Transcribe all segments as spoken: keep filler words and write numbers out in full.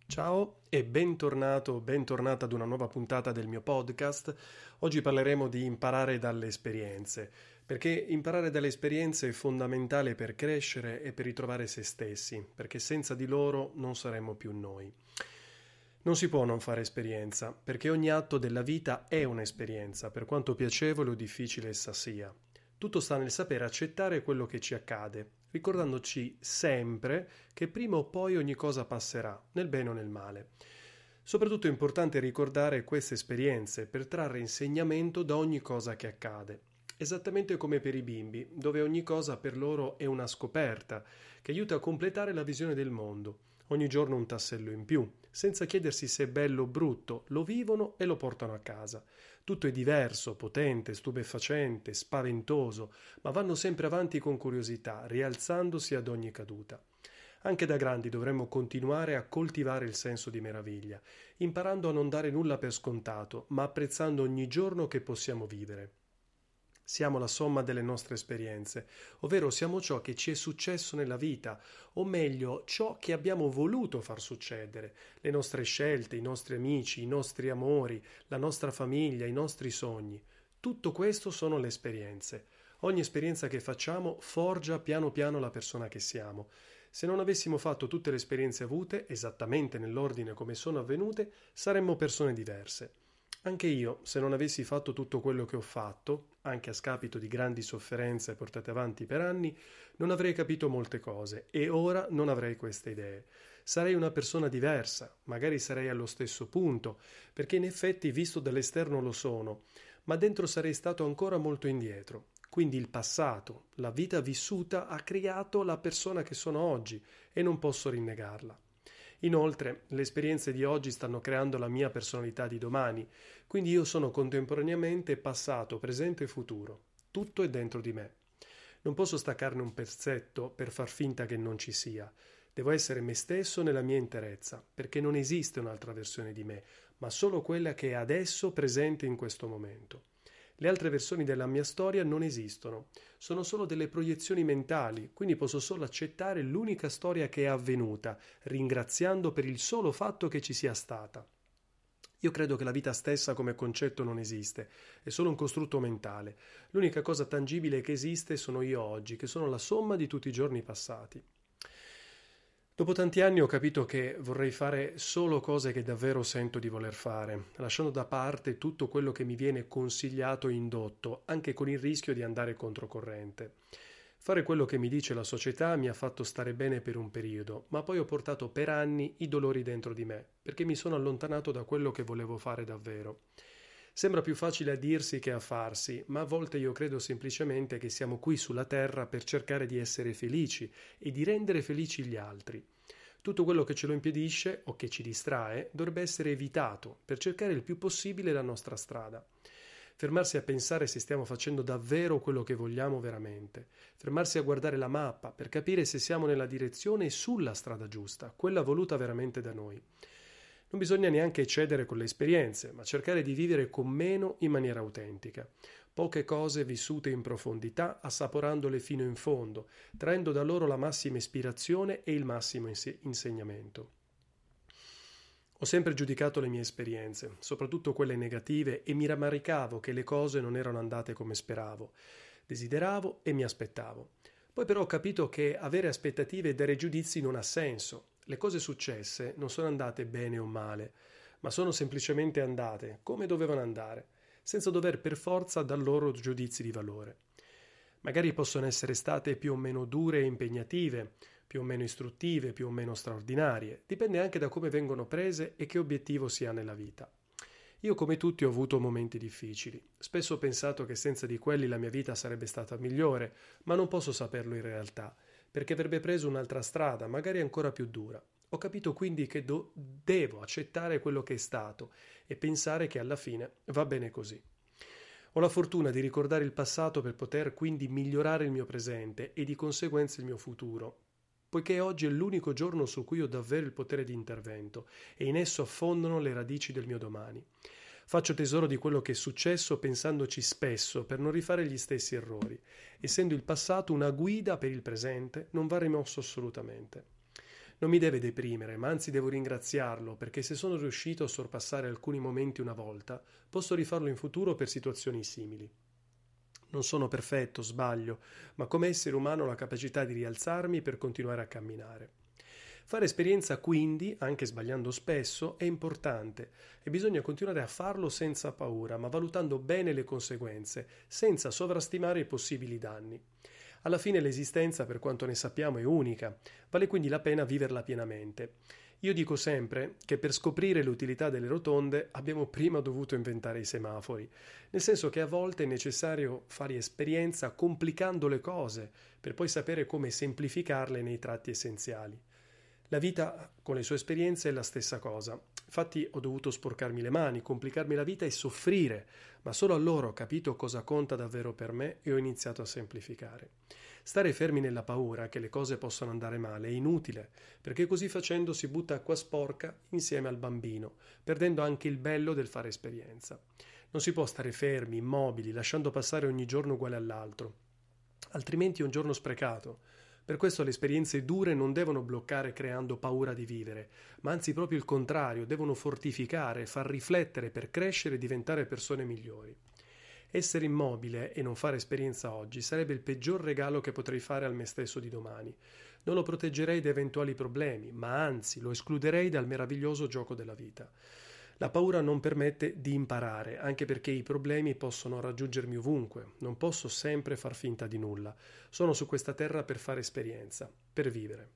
Ciao e bentornato, bentornata ad una nuova puntata del mio podcast. Oggi parleremo di imparare dalle esperienze, perché imparare dalle esperienze è fondamentale per crescere e per ritrovare se stessi, perché senza di loro non saremmo più noi. Non si può non fare esperienza, perché ogni atto della vita è un'esperienza, per quanto piacevole o difficile essa sia. Tutto sta nel sapere accettare quello che ci accade, ricordandoci sempre che prima o poi ogni cosa passerà, nel bene o nel male. Soprattutto è importante ricordare queste esperienze per trarre insegnamento da ogni cosa che accade. Esattamente come per i bimbi, dove ogni cosa per loro è una scoperta, che aiuta a completare la visione del mondo. Ogni giorno un tassello in più, senza chiedersi se è bello o brutto, lo vivono e lo portano a casa. Tutto è diverso, potente, stupefacente, spaventoso, ma vanno sempre avanti con curiosità, rialzandosi ad ogni caduta. Anche da grandi dovremmo continuare a coltivare il senso di meraviglia, imparando a non dare nulla per scontato, ma apprezzando ogni giorno che possiamo vivere. Siamo la somma delle nostre esperienze, ovvero siamo ciò che ci è successo nella vita, o meglio, ciò che abbiamo voluto far succedere, le nostre scelte, i nostri amici, i nostri amori, la nostra famiglia, i nostri sogni. Tutto questo sono le esperienze. Ogni esperienza che facciamo forgia piano piano la persona che siamo. Se non avessimo fatto tutte le esperienze avute, esattamente nell'ordine come sono avvenute, saremmo persone diverse. Anche io, se non avessi fatto tutto quello che ho fatto, anche a scapito di grandi sofferenze portate avanti per anni, non avrei capito molte cose e ora non avrei queste idee. Sarei una persona diversa, magari sarei allo stesso punto, perché in effetti visto dall'esterno lo sono, ma dentro sarei stato ancora molto indietro. Quindi il passato, la vita vissuta ha creato la persona che sono oggi e non posso rinnegarla. Inoltre, le esperienze di oggi stanno creando la mia personalità di domani, quindi io sono contemporaneamente passato, presente e futuro. Tutto è dentro di me. Non posso staccarne un pezzetto per far finta che non ci sia. Devo essere me stesso nella mia interezza, perché non esiste un'altra versione di me, ma solo quella che è adesso presente in questo momento. Le altre versioni della mia storia non esistono, sono solo delle proiezioni mentali, quindi posso solo accettare l'unica storia che è avvenuta, ringraziando per il solo fatto che ci sia stata. Io credo che la vita stessa come concetto non esiste, è solo un costrutto mentale. L'unica cosa tangibile che esiste sono io oggi, che sono la somma di tutti i giorni passati. Dopo tanti anni ho capito che vorrei fare solo cose che davvero sento di voler fare, lasciando da parte tutto quello che mi viene consigliato e indotto, anche con il rischio di andare controcorrente. Fare quello che mi dice la società mi ha fatto stare bene per un periodo, ma poi ho portato per anni i dolori dentro di me, perché mi sono allontanato da quello che volevo fare davvero. Sembra più facile a dirsi che a farsi, ma a volte io credo semplicemente che siamo qui sulla terra per cercare di essere felici e di rendere felici gli altri. Tutto quello che ce lo impedisce o che ci distrae dovrebbe essere evitato per cercare il più possibile la nostra strada. Fermarsi a pensare se stiamo facendo davvero quello che vogliamo veramente. Fermarsi a guardare la mappa per capire se siamo nella direzione e sulla strada giusta, quella voluta veramente da noi. Non bisogna neanche eccedere con le esperienze, ma cercare di vivere con meno in maniera autentica. Poche cose vissute in profondità, assaporandole fino in fondo, traendo da loro la massima ispirazione e il massimo inse- insegnamento. Ho sempre giudicato le mie esperienze, soprattutto quelle negative, e mi rammaricavo che le cose non erano andate come speravo. Desideravo e mi aspettavo. Poi però ho capito che avere aspettative e dare giudizi non ha senso. Le cose successe non sono andate bene o male, ma sono semplicemente andate come dovevano andare, senza dover per forza dar loro giudizi di valore. Magari possono essere state più o meno dure e impegnative, più o meno istruttive, più o meno straordinarie, dipende anche da come vengono prese e che obiettivo si ha nella vita. Io come tutti ho avuto momenti difficili, spesso ho pensato che senza di quelli la mia vita sarebbe stata migliore, ma non posso saperlo in realtà, perché avrebbe preso un'altra strada, magari ancora più dura. Ho capito quindi che do- devo accettare quello che è stato e pensare che alla fine va bene così. Ho la fortuna di ricordare il passato per poter quindi migliorare il mio presente e di conseguenza il mio futuro, poiché oggi è l'unico giorno su cui ho davvero il potere di intervento e in esso affondano le radici del mio domani. Faccio tesoro di quello che è successo pensandoci spesso per non rifare gli stessi errori. Essendo il passato una guida per il presente, non va rimosso assolutamente. Non mi deve deprimere, ma anzi devo ringraziarlo, perché se sono riuscito a sorpassare alcuni momenti una volta, posso rifarlo in futuro per situazioni simili. Non sono perfetto, sbaglio, ma come essere umano ho la capacità di rialzarmi per continuare a camminare. Fare esperienza quindi, anche sbagliando spesso, è importante e bisogna continuare a farlo senza paura, ma valutando bene le conseguenze, senza sovrastimare i possibili danni. Alla fine l'esistenza, per quanto ne sappiamo, è unica, vale quindi la pena viverla pienamente. Io dico sempre che per scoprire l'utilità delle rotonde abbiamo prima dovuto inventare i semafori, nel senso che a volte è necessario fare esperienza complicando le cose, per poi sapere come semplificarle nei tratti essenziali. La vita con le sue esperienze è la stessa cosa. Infatti ho dovuto sporcarmi le mani, complicarmi la vita e soffrire, ma solo allora ho capito cosa conta davvero per me e ho iniziato a semplificare. Stare fermi nella paura che le cose possano andare male è inutile, perché così facendo si butta acqua sporca insieme al bambino, perdendo anche il bello del fare esperienza. Non si può stare fermi, immobili, lasciando passare ogni giorno uguale all'altro, altrimenti è un giorno sprecato. Per questo le esperienze dure non devono bloccare creando paura di vivere, ma anzi proprio il contrario, devono fortificare, far riflettere per crescere e diventare persone migliori. Essere immobile e non fare esperienza oggi sarebbe il peggior regalo che potrei fare al me stesso di domani. Non lo proteggerei da eventuali problemi, ma anzi lo escluderei dal meraviglioso gioco della vita. La paura non permette di imparare, anche perché i problemi possono raggiungermi ovunque. Non posso sempre far finta di nulla. Sono su questa terra per fare esperienza, per vivere.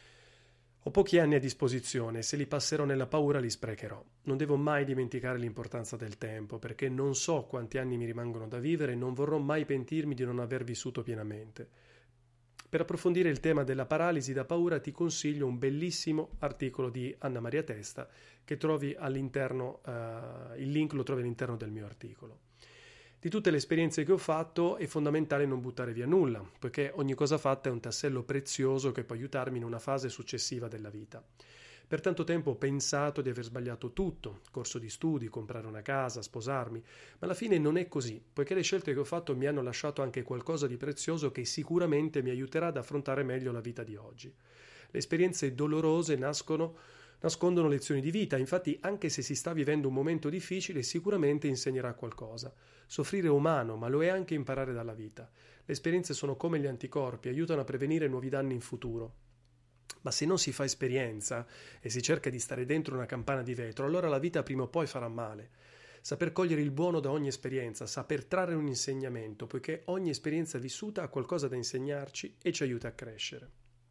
Ho pochi anni a disposizione e se li passerò nella paura li sprecherò. Non devo mai dimenticare l'importanza del tempo, perché non so quanti anni mi rimangono da vivere e non vorrò mai pentirmi di non aver vissuto pienamente. Per approfondire il tema della paralisi da paura ti consiglio un bellissimo articolo di Anna Maria Testa che trovi all'interno, uh, il link lo trovi all'interno del mio articolo. Di tutte le esperienze che ho fatto è fondamentale non buttare via nulla, poiché ogni cosa fatta è un tassello prezioso che può aiutarmi in una fase successiva della vita. Per tanto tempo ho pensato di aver sbagliato tutto, corso di studi, comprare una casa, sposarmi, ma alla fine non è così, poiché le scelte che ho fatto mi hanno lasciato anche qualcosa di prezioso che sicuramente mi aiuterà ad affrontare meglio la vita di oggi. Le esperienze dolorose nascono, nascondono lezioni di vita, infatti anche se si sta vivendo un momento difficile sicuramente insegnerà qualcosa. Soffrire è umano, ma lo è anche imparare dalla vita. Le esperienze sono come gli anticorpi, aiutano a prevenire nuovi danni in futuro. Ma se non si fa esperienza e si cerca di stare dentro una campana di vetro, allora la vita prima o poi farà male. Saper cogliere il buono da ogni esperienza, saper trarre un insegnamento, poiché ogni esperienza vissuta ha qualcosa da insegnarci e ci aiuta a crescere.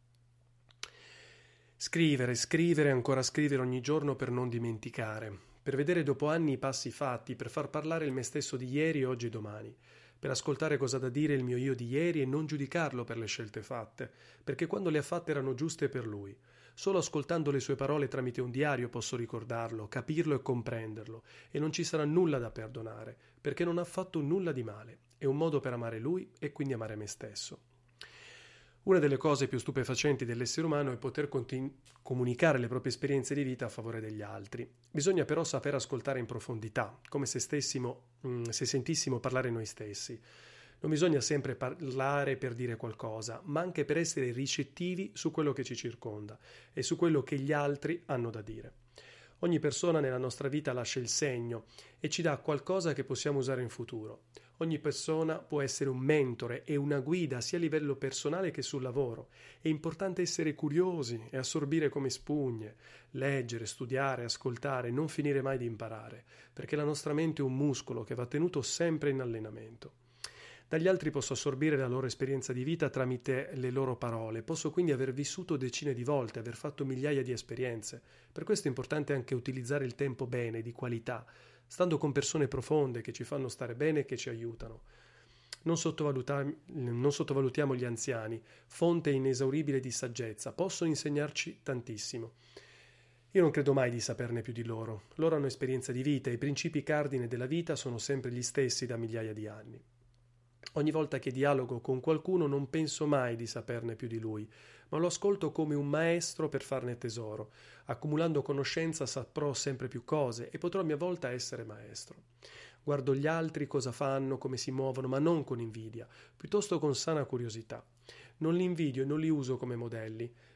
Scrivere, scrivere e ancora scrivere ogni giorno per non dimenticare, per vedere dopo anni i passi fatti, per far parlare il me stesso di ieri, oggi e domani, per ascoltare cosa ha da dire il mio io di ieri e non giudicarlo per le scelte fatte, perché quando le ha fatte erano giuste per lui. Solo ascoltando le sue parole tramite un diario posso ricordarlo, capirlo e comprenderlo, e non ci sarà nulla da perdonare, perché non ha fatto nulla di male. È un modo per amare lui e quindi amare me stesso. Una delle cose più stupefacenti dell'essere umano è poter continu- comunicare le proprie esperienze di vita a favore degli altri. Bisogna però saper ascoltare in profondità, come se stessimo, mh, se sentissimo parlare noi stessi. Non bisogna sempre parlare per dire qualcosa, ma anche per essere ricettivi su quello che ci circonda e su quello che gli altri hanno da dire. Ogni persona nella nostra vita lascia il segno e ci dà qualcosa che possiamo usare in futuro. Ogni persona può essere un mentore e una guida sia a livello personale che sul lavoro. È importante essere curiosi e assorbire come spugne, leggere, studiare, ascoltare, non finire mai di imparare, perché la nostra mente è un muscolo che va tenuto sempre in allenamento. Dagli altri posso assorbire la loro esperienza di vita tramite le loro parole, posso quindi aver vissuto decine di volte, aver fatto migliaia di esperienze. Per questo è importante anche utilizzare il tempo bene, di qualità, stando con persone profonde che ci fanno stare bene e che ci aiutano. Non, sottovaluta- non sottovalutiamo gli anziani, fonte inesauribile di saggezza, possono insegnarci tantissimo. Io non credo mai di saperne più di loro. Loro hanno esperienza di vita e i principi cardine della vita sono sempre gli stessi da migliaia di anni. Ogni volta che dialogo con qualcuno non penso mai di saperne più di lui, ma lo ascolto come un maestro per farne tesoro. Accumulando conoscenza saprò sempre più cose e potrò a mia volta essere maestro. Guardo gli altri cosa fanno, come si muovono, ma non con invidia, piuttosto con sana curiosità. Non li invidio e non li uso come modelli.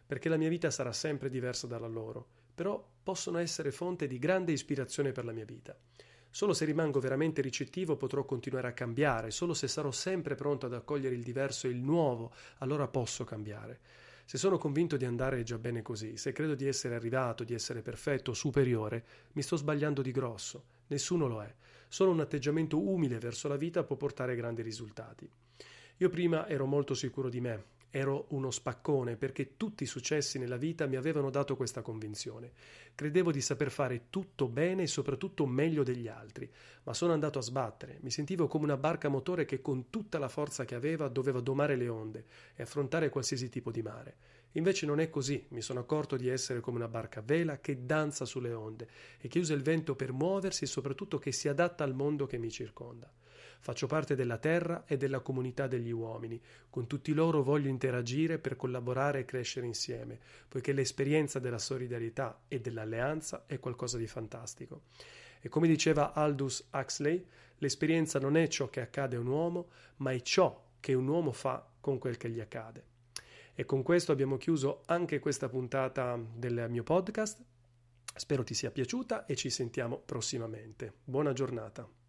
perché la mia vita sarà sempre diversa dalla loro, però possono essere fonte di grande ispirazione per la mia vita. Solo se rimango veramente ricettivo potrò continuare a cambiare, solo se sarò sempre pronto ad accogliere il diverso e il nuovo, allora posso cambiare. Se sono convinto di andare già bene così, se credo di essere arrivato, di essere perfetto, superiore, mi sto sbagliando di grosso. Nessuno lo è. Solo un atteggiamento umile verso la vita può portare grandi risultati. Io prima ero molto sicuro di me. Ero uno spaccone perché tutti i successi nella vita mi avevano dato questa convinzione. Credevo di saper fare tutto bene e soprattutto meglio degli altri, ma sono andato a sbattere. Mi sentivo come una barca a motore che con tutta la forza che aveva doveva domare le onde e affrontare qualsiasi tipo di mare. Invece non è così, mi sono accorto di essere come una barca a vela che danza sulle onde e che usa il vento per muoversi e soprattutto che si adatta al mondo che mi circonda. Faccio parte della terra e della comunità degli uomini. Con tutti loro voglio interagire per collaborare e crescere insieme, poiché l'esperienza della solidarietà e dell'alleanza è qualcosa di fantastico. E come diceva Aldous Huxley, l'esperienza non è ciò che accade a un uomo, ma è ciò che un uomo fa con quel che gli accade. E con questo abbiamo chiuso anche questa puntata del mio podcast. Spero ti sia piaciuta e ci sentiamo prossimamente. Buona giornata.